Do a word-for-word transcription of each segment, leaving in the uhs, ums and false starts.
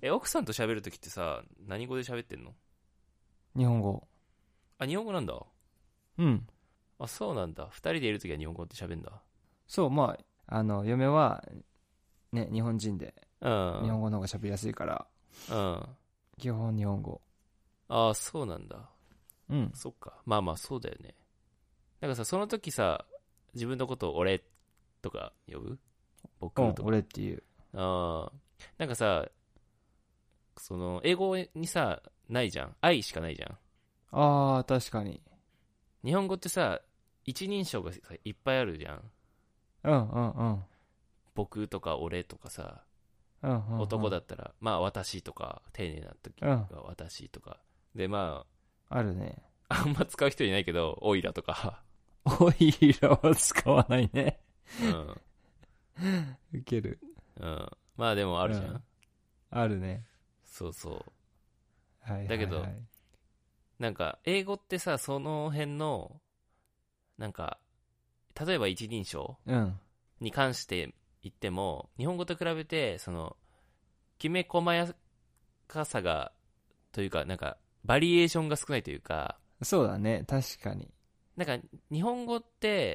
え、奥さんと喋るときってさ、何語で喋ってんの？ 日本語。 あ、日本語なんだ。 うん。 あ、そうなんだ。二人でいるときは日本語って喋んだ。 そう、まあ、あの、嫁は、ね、日本人で、 うん。 日本語の方が喋りやすいから、 うん。 基本日本語。 ああ、そうなんだ。 うん。 そっか。まあまあ、そうだよね。なんかさ、その時さ、自分のことを俺とか呼ぶ？ うん、 僕とか。 俺っていう。 ああ。なんかさ、その、英語にさ、ないじゃん。愛しかないじゃん。 ああ、確かに。 日本語ってさ、一人称がさいっぱいあるじゃん。 うんうんうん。 僕とか俺とかさ、 うんうんうん。 男だったら、まあ私とか、丁寧な時うん。 は私とか。で、まあるね。 あ、あんま使う人いないけど、オイラとか。 オイラは使わないね。 うん。 ウケる。 うん。まあでもあるじゃん。 うん。あるね。 そうそう。 はいだけど、 はいはい。 なんか、英語ってさ、その辺の、なんか、例えば一人称うん。 に関して言っても、日本語と比べて、その、きめ細やかさが、というか、なんか、バリエーションが少ないというか、 そうだね。確かに。 なんか、日本語って、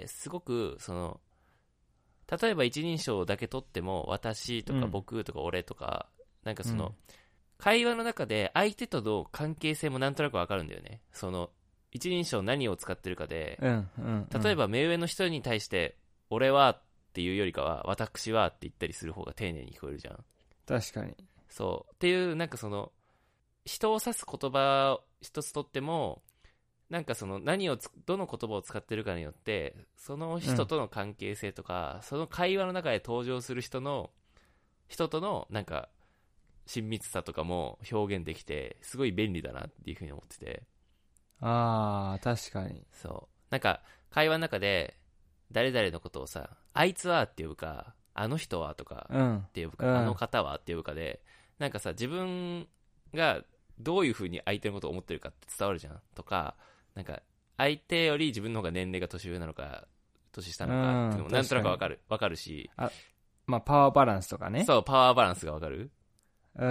すごく、その、例えば一人称だけ取っても、私とかうん。 僕とか俺とか、なんかうん。 その、会話の中で相手との関係性もなんとなくわかるんだよね。その、一人称何を使ってるかで、 うんうんうん。 例えば目上の人に対して、俺はっていうよりかは、私はって言ったりする方が丁寧に聞こえるじゃん。 確かに。 そう。っていう、なんかその、人を指す言葉一つとっても、なんかその何をつ、どの言葉を使ってるかによって、そのうん。 人との関係性とか、その会話の中で登場する人の、人とのなんか親密さとかも表現できて、すごい便利だなっていうふうに思ってて、 ああ、確かに。 そう。なんか会話の中で、誰々のことをさ、あいつはって呼ぶか、あの人はとかうん。 って呼ぶか、あのうん。 方はって呼ぶかで、なんかさ、自分がどういうふうに相手のことを思ってるかって伝わるじゃん。とか、なんか、相手より自分の方が年齢が年上なのか、年下なうのかっていうのん。 もなんと確かに。 なくわかる。わかるし、 あ、まあ、パワーバランスとかね。 そう、パワーバランスがわかる。 うん。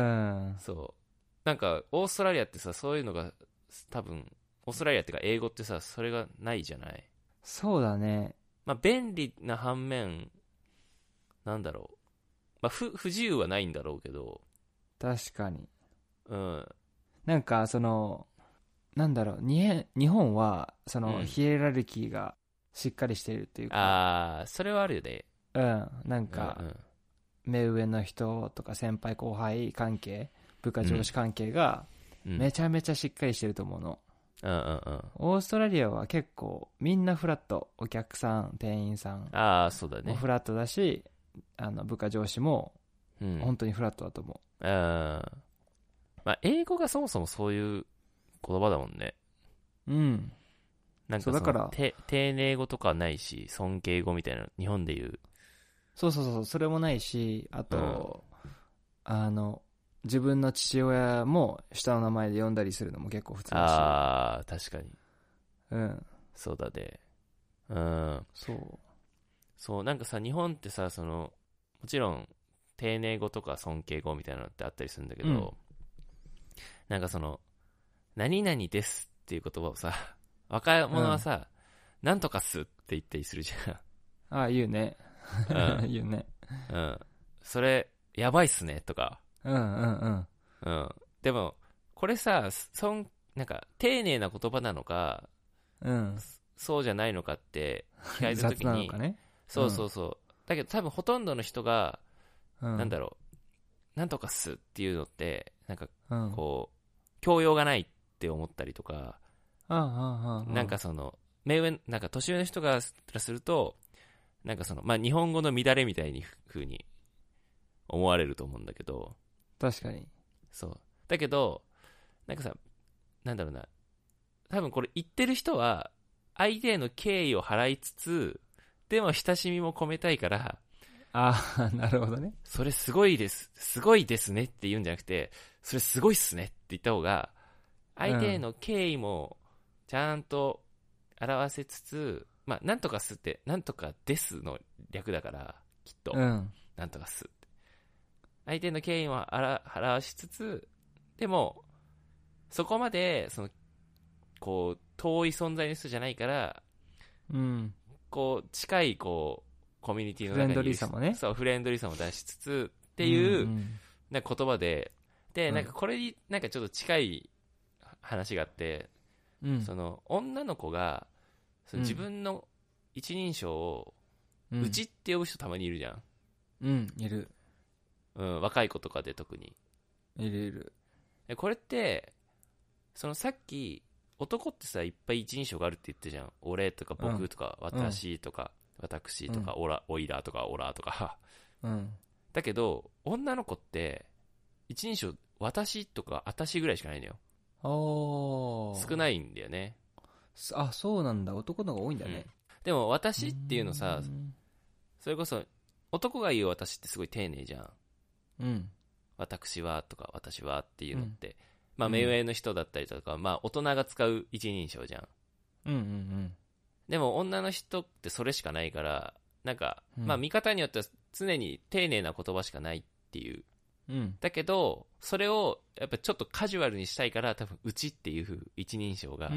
そう。なんか、オーストラリアってさ、そういうのが、多分、オーストラリアっていうか英語ってさ、それがないじゃない。 そうだね。 まあ、便利な反面、なんだろう。まあ、不、不自由はないんだろうけど、 確かに。 うん、 なんか、その、なんだろう、に日本は、その、 うん。 ヒエラルキーがしっかりしているっていうか、 あー、それはあるよね。 うん、なんうん、うか、 ん。 目上の人とか先輩後輩関係、部下うん、 上司関係が、 うん。 めちゃめちゃしっかりしてると思うの。 うん、うん、うん。 オーストラリアは結構、みんなフラット、お客さん、店員さんあー、そうだね。 もフラットだし、あの、部下上司も、 うん。 本当にフラットだと思うん。まあ、英語がそもそもそういう言葉だもんね。 う。うん。そう、 なんかその、 だから、 て、丁寧語とかないし、尊敬語みたいな、日本で言う。 そうそうそう、それもないし、あうん。 と、あの、自分の父親も下の名前で呼んだりするのも結構普通だし、 あー、確かに。 うん、 そうだね。うん。 そそう、なんかさ、日本ってさ、その、もちろん、丁寧語とか尊敬語みたいなのってあったりするんだけう。うん。 ど、なんかその、何々ですっていう言葉をさ、若うん。 者はさ、なんとかっすって言ったりするじああ、言うね。 ゃん。 言うね。 うん。うん。それ、やばいっすね、とか。 うんうんうん。 うん。でも、これさ、そん、なんか、丁寧な言葉なのか、 うん。 そうじゃないのかって聞かれたと雑きに、 なのかね。うそうそん。 うそう。だけど多分ほとんどの人が、 うん。 なんだろう、なんとかっすっていうのって、なんか、 うん。 こう、教養がないって思ったりとか、 ああ、ああ、 なんあかその、目上、なんか年上の人がすると、なんかその、まあ、日本語の乱れみたいに風に思われると思うんだけど、 確かに。 そう。だけど、なんかさ、なんだろうな、多分これ言ってる人は、相手への敬意を払いつつ、でも親しみも込めたいから、 ああ、なるほどね。 それすごいです、すごいですねって言うんじゃなくて、それすごいっすねって言った方が、相手へうん。 の敬意もちゃんと表せつつ、まあ、なんとかすって、なんとかですの略だから、きっと。 うん。 なんとかすって。 相手の敬意を払わしつつ、でもそこまでそのこう遠い存在の人じゃないから、 うん、 こう近いこうコミュニティのフレンド中にいるリーさもね。 そうフレンドリーさも出しつつっていう、 うんうん、 なんか言葉で、で、 うん、 なんかこれになんかちょっと近い話があって、 うん、 その女の子がその自分の一人称をうん、 うちって呼ぶ人たまにいるじゃん、 うん、いるうん、若い子とかで特に。 いるいる。 でこれってそのさっき男ってさいっぱい一人称があるって言ってたじゃん。俺とか僕とか、私とか、私とか、オラオイラとかオラとかうん、 だけど女の子って一人称私とか私ぐらいしかないのよ。 おー、 少ないんだよね。 あ、そうなんだ。男の方が多いんだね。 うん、でも私っていうのさ、 うん、 それこそ男が言う私ってすごい丁寧じゃん。 うん、 私はとか私はっていうのって、 うん、 まあ目上の人だったりとか、まあ大人が使う一人称じゃん。 うんうんうんでも女の人ってそれしかないから、なんか、 うん、 まあ見方によっては常に丁寧な言葉しかないっていう。 うん、 だけどそれをやっぱちょっとカジュアルにしたいから、多分うちっていう風一人称が、 うん、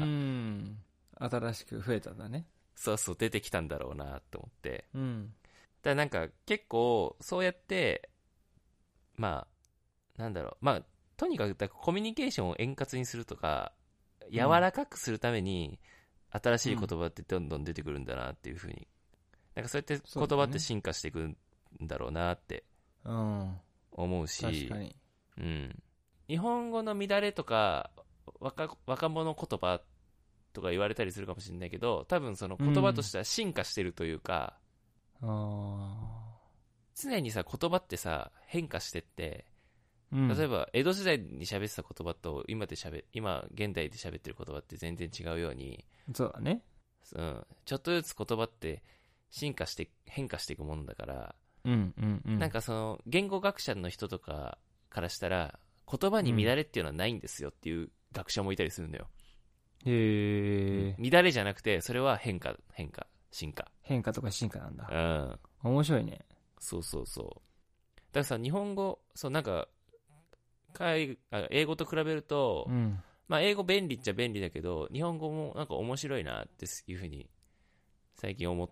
新しく増えたんだね。 そうそう出てきたんだろうなと思って。 うん、 だからなんか結構そうやって、まあなんだろう、まあとにかくだからコミュニケーションを円滑にするとか柔らかくするために新しい言葉ってどんどん出てくるんだなっていう風に、なんかそうやって言葉って進化していくんだろうなって思うし、 確かに、 うん、日本語の乱れとか 若, 若者言葉とか言われたりするかもしれないけど、多分その言葉としては進化してるというか、 うん、あ常にさ言葉ってさ変化してって、 うん、 例えば江戸時代に喋ってた言葉と今で喋今現代で喋ってる言葉って全然違うように、 そうだね、 うん、ちょっとずつ言葉って進化して変化していくものだから、 うんうんうん、 なんかその言語学者の人とかからしたら言葉に乱れっていうのはないんですよっていう学者もいたりするんだよ。 へえ、 うん、乱れじゃなくてそれは変化変化進化、 変化とか進化なんだ。 うん、 面白いね。 そうそうそう。だからさ日本語そうなんか海あ英語と比べると、 うん、 まあ英語便利っちゃ便利だけど日本語もなんか面白いなっていうふうに最近思って、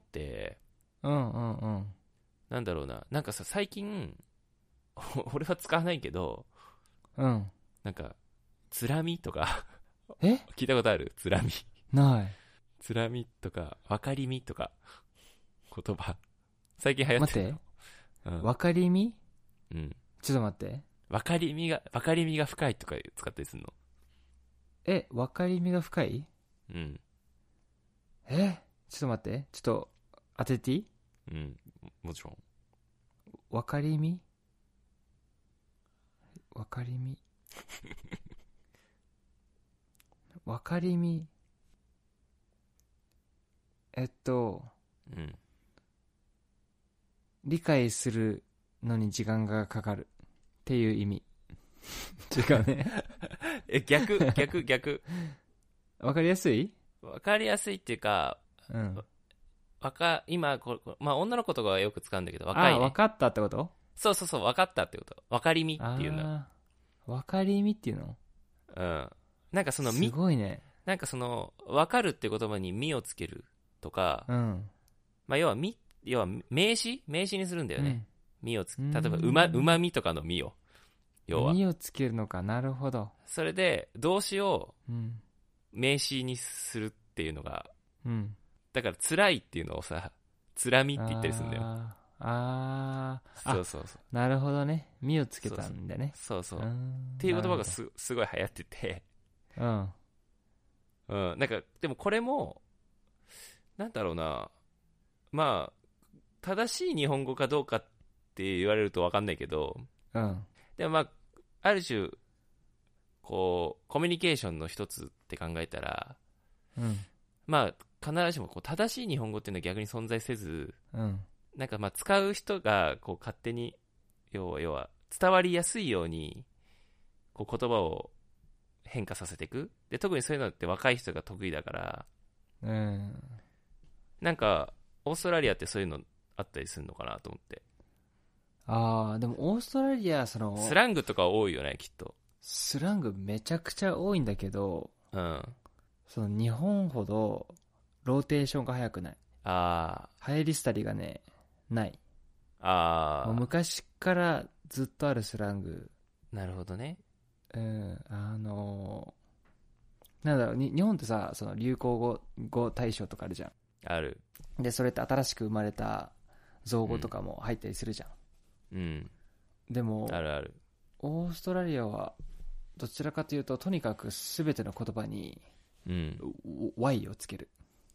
うんうんうん、 なんだろうな、なんかさ最近俺は使わないけど、 うん、 なんかつらみとかえ聞いたことある？つらみない。 つらみとか分かりみとか言葉最近流行ってるの。 待って、 うん、 分かりみ、 うん、 ちょっと待って、 分かりみが分かりみが深いとか使ったりするの。 え、分かりみが深い、 うん、 え、ちょっと待って、ちょっと当てていい？ うん、もちろん。 分かりみ分かりみ分かりみえっと、 うん、 理解するのに時間がかかるっていう意味。違うね。 え逆逆逆わかりやすい？ 分かりやすいっていうか、 うん。 わか今これ、まあ、女の子とかはよく使うんだけど、若い、ね、 あ、分かったってこと？ そうそうそう、分かったってこと。分かりみっていうの。 あー、分かりみっていうの？ うん。なんかそのすみ、 ごいね。 なんかその、分かるって言葉にみをつけるとか、 うん。 まあ、要はみ、要は名詞名詞にするんだよね。み、うん、をつ、例えばううま、うまみとかのみを。要は。 みをつけるのか、なるほど。 それで、動詞をうん。 名詞にするっていうのが、 うん。 だから辛いっていうのをさ、つらみって言ったりするんだよ。 あーあー、 そうそうそう。 なるほどね。みをつけたんだね。 そうそう。 うそうそうっていう言葉がすすごい流行ってて、 うん。 うん、なんかでもこれもなんだろうな、まあ正しい日本語かどうかって言われると分かんないけど、 うん。 でもまあある種こうコミュニケーションの一つって考えたら、 うん。 まあ必ずしもこう正しい日本語っていうのは逆に存在せず、 うん。 なんかまあ使う人がこう勝手に要は要は伝わりやすいようにこう言葉を変化させていく。で特にそういうのって若い人が得意だから、 うん。 なんかオーストラリアってそういうのあったりするのかなと思って。 ああ、でもオーストラリア、その、 スラングとか多いよね、きっと。 スラングめちゃくちゃ多いんだけど、 うん。 その日本ほどローテーションが早くない。 あ流行り廃りがね、ない。 あ、あもう昔からずっとあるスラング。 あ、なるほどね。 うん、あのーなんだろう、に日本ってさ、その流行語、語大賞とかあるじゃある。 ん。で、それって新しく生まれた造語とかも入ったりするじゃん。 うん。 でも、 あるある。 オーストラリアは、どちらかというと、とにかく全ての言葉に、 うん。 Y をつける。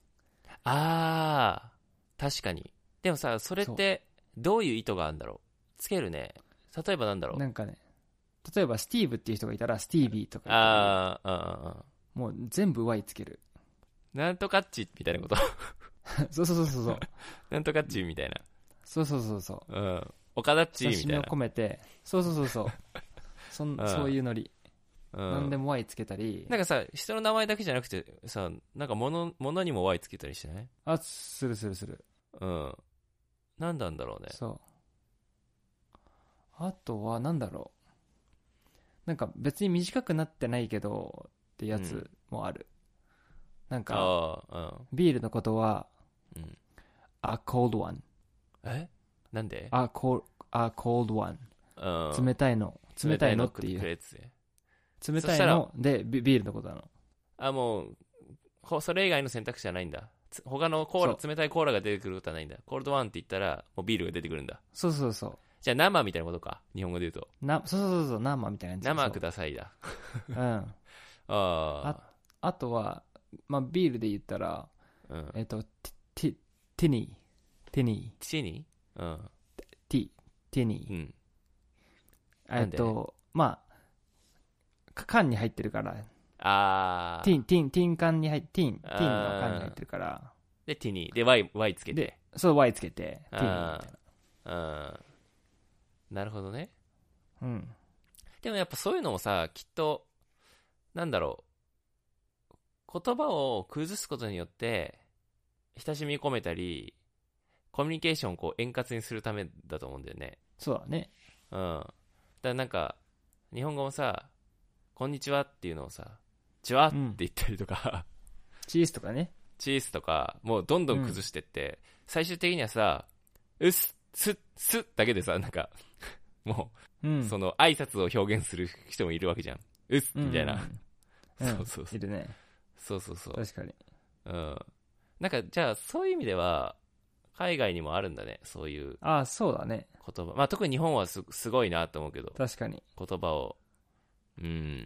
ああ、確かに。でもさ、それってどういう意図があるんだろう。つけるね。例えばなんだろう。 なんかね、例えばスティーブっていう人がいたら、スティービーとか言あーあー、あーってもう全部 Y つける。 なんとかっちみたいなこと。 そうそうそうそうそう。 なんとかっちみたいな。 そうそうそうそう。 うん。岡田っちみたいな。 親しみを込めて、そうそうそうそう。そんうんそういうノリ。 うん。 何でも Y つけたり。 なんかさ、人の名前だけじゃなくてさ、なんか物、物にも Y つけたりしてない？ あ、するするする。 うん。なんなんだろうね。 そう。あとは、なんだろう。なんか別に短くなってないけど、ってやつもある。なんか、 ああ、 ビールのことは、 うん。うん。 a cold one。 えなんで a cold, a cold one。 うん。 冷たいの。冷たいのっていう。 くれっつって冷たいのでビ、ビールのことなの。 あ、もう、ほそれ以外の選択肢はないんだ。つ他のコーラ、冷たいコーラが出てくることはないんだ。コールドワンって言ったら、もうビールが出てくるんだ。 そうそうそう。 じゃあ生みたいなことか。日本語で言うと。 な、そうそうそう、生みたいなやつ。 生くださいだ。 うん。 ああ。 あとは、まあ、ビールで言ったら、 うん。 えっと、ティ、ティニー。ティニー。 チニうん。 ティ、ティニー。 うん。 えっと、まあ、缶に入ってるから、 ああ。 ティン、ティン、ティン缶に入って、ティン、ティンの缶に入ってるから、 で、ティニー。で、Y、Y つけて。 で、そう、Y つけて、ティンみたいああ。なるほどね。 な。うん。 でもやっぱそういうのもさ、きっと、なんだろう。言葉を崩すことによって、親しみ込めたり、コミュニケーションをこう円滑にするためだと思うんだよね。 そうだね。 うん。だからなんか、日本語もさ、こんにちはっていうのをさ、ちわって言ったりとか、 うん、チーズとかね。 チーズとか、もうどんどん崩してって、うん、最終的にはさ、うっす、す、すだけでさ、なんか、もう、うん、その挨拶を表現する人もいるわけじゃん。うっす、みたいな。 うんうん、 そうそうそう。 いるね。 そうそうそう。 確かに。 うん。なんか、じゃあ、そういう意味では、海外にもあるんだね、そういう。 ああ、そうだね。 言葉。まあ、特に日本はす、すごいなと思うけど。 確かに。 言葉を、うん、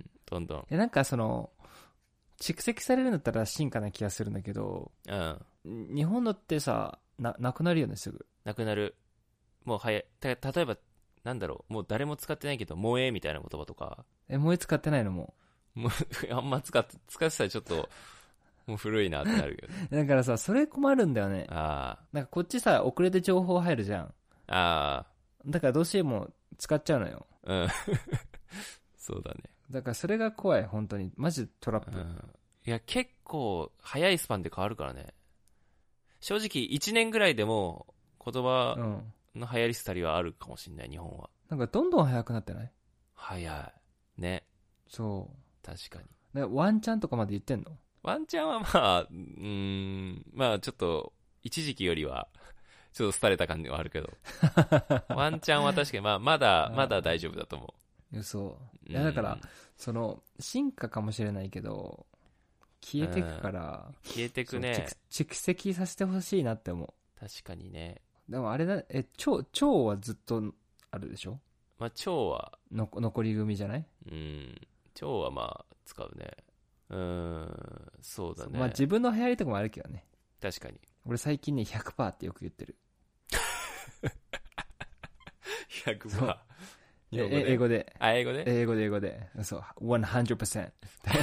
どんどん。 え、なんかその、蓄積されるんだったら進化な気がするんだけど、 うん。 日本のってさ、な、なくなるよね、すぐ。 なくなる。もう早い。た、例えば、なんだろう、もう誰も使ってないけど、萌えみたいな言葉とか。 え、萌え使ってないのももう、あんま使って、使ってたらちょっと、もう古いなってなるよね。 だからさ、それ困るんだよね。 ああ。 なんかこっちさ、遅れて情報入るじゃん。 ああ。 だからどうしても使っちゃうのよ。 うん。そうだね。 だからそれが怖い、本当に。マジトラップ。 うん、いや、結構、早いスパンで変わるからね。正直、いちねんぐらいでも、言葉の流行り廃りはあるかもしれない、日本は。 なんかどんどん早くなってない？ 早い。ね。 そう。 確かに。 ね、ワンチャンとかまで言ってんの？ ワンチャンはまあ、うーん、まあちょっと、一時期よりは、ちょっと廃れた感じはあるけど。ワンチャンは確かに、まあまだ、まだ大丈夫だと思う。そう。いやだから、うん、その、進化かもしれないけど、消えてくから、 うん、消えてくね。 蓄積させてほしいなって思う。 確かにね。 でもあれだ、え、腸、腸はずっとあるでしょ？ まあ腸は。 の、残り組じゃない？ うん。腸はまあ、使うね。うーん、そうだね。 まあ自分の流行りとかもあるけどね。 確かに。 俺最近ね、ひゃくパーセント ってよく言ってる。 ひゃくパーセント。 英語で。 あ、英語で英語で英語で。そう、ひゃくパーセント。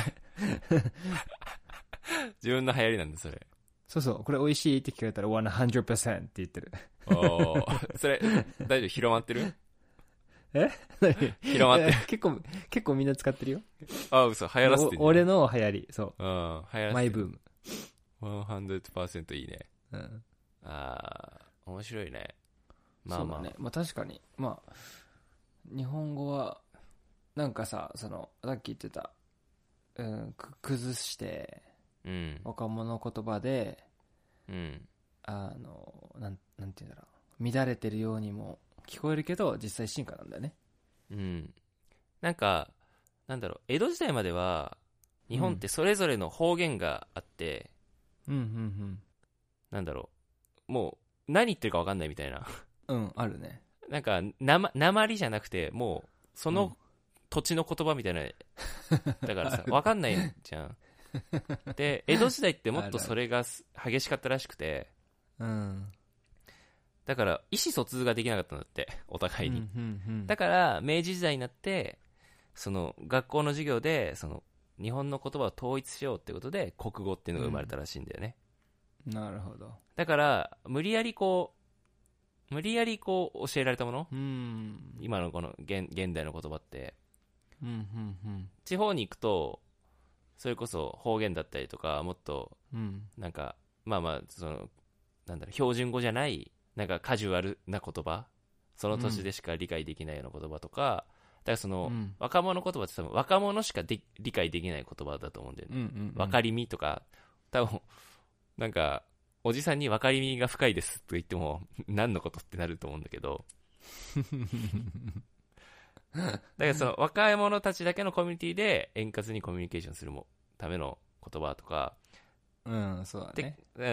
自分の流行りなんだ、それ。 そうそう、これ美味しいって聞かれたらひゃくパーセント って言ってる。 おー、それ、大丈夫？広まってる？ え広まってる。 結構、結構みんな使ってるよ。 あ、嘘、流行らせてる。 俺の流行り、そう。 うん、流行らせてる。 マイブーム。 ひゃくパーセントいいね。 うん。 あー、面白いね。 まあまあ、 そうだね、まあ確かに、まあ日本語はなんかさ、そのさっき言ってた、うん、く崩してうん、 若者言葉で、 うん、 あのなんなんていうんだろう、乱れてるようにも聞こえるけど実際進化なんだよね。 うん。なんかなんだろう、江戸時代までは日本ってそれぞれの方言があって、 うんうんなんだろう、もう何言ってるか分かんないみたいな。 うんうんあるね。 なんかなま訛りじゃなくて、もうその土地の言葉みたいな、だからさ分かんないじゃん。で江戸時代ってもっとそれが激しかったらしくて、 うん、 だから意思疎通ができなかったんだって、お互いに。 うんうんうん、 だから明治時代になってその学校の授業でその日本の言葉を統一しようってことで国語っていうのが生まれたらしいんだよね、 うん、なるほど。 だから無理やりこう無理やりこう教えられたもの、 うん、 今のこの 現, 現代の言葉って、 うんうんうん、 地方に行くとそれこそ方言だったりとか、もっとなんか、うん、まあまあそのなんだろう、標準語じゃないなんかカジュアルな言葉、その年でしか理解できないような言葉とか、だからその、うん、若者言葉って多分若者しかで理解できない言葉だと思うんだよね、うんうんうん、分かりみとか多分なんかおじさんに分かりみが深いですと言っても何のことってなると思うんだけどだからその若い者たちだけのコミュニティで円滑にコミュニケーションするもための言葉とか、 うんそうだね、 で、うん、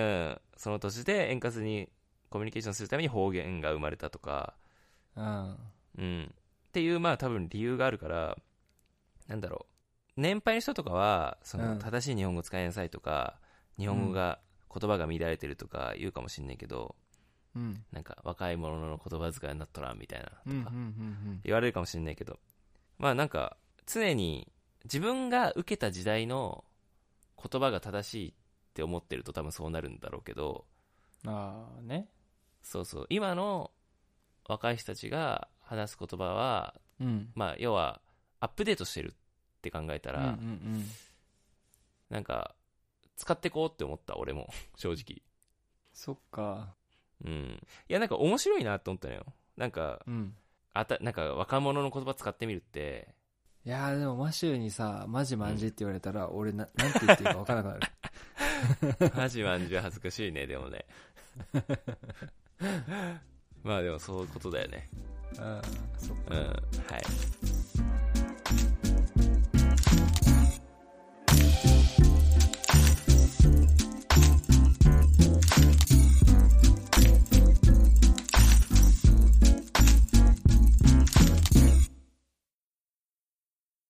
その年で円滑にコミュニケーションするために方言が生まれたとか、 うんうん、っていうまあ多分理由があるから、なんだろう、年配の人とかはその正しい日本語使いなさいとか、うん、日本語が言葉が乱れてるとか言うかもしんないけど、うん、なんか若い者の言葉遣いになっとらんみたいなとか言われるかもしんないけど、まあなんか常に自分が受けた時代の言葉が正しいって思ってると多分そうなるんだろうけど、 ああね、 そうそう、今の若い人たちが話す言葉は、 うん、 まあ要はアップデートしてるって考えたら、 うんうんうん、 なんか使ってこうって思った俺も正直。 そっか。 うん。いやなんか面白いなと思ったのよ。なんか、 うん、 あたなんか若者の言葉使ってみるって。 いやーでもマシューにさマジマンジって言われたら、うん、俺ななんて言っていいか分からなくなる。 マジマンジは恥ずかしいねでもね。まあでもそういうことだよね。 ああそっか。 うん、はい。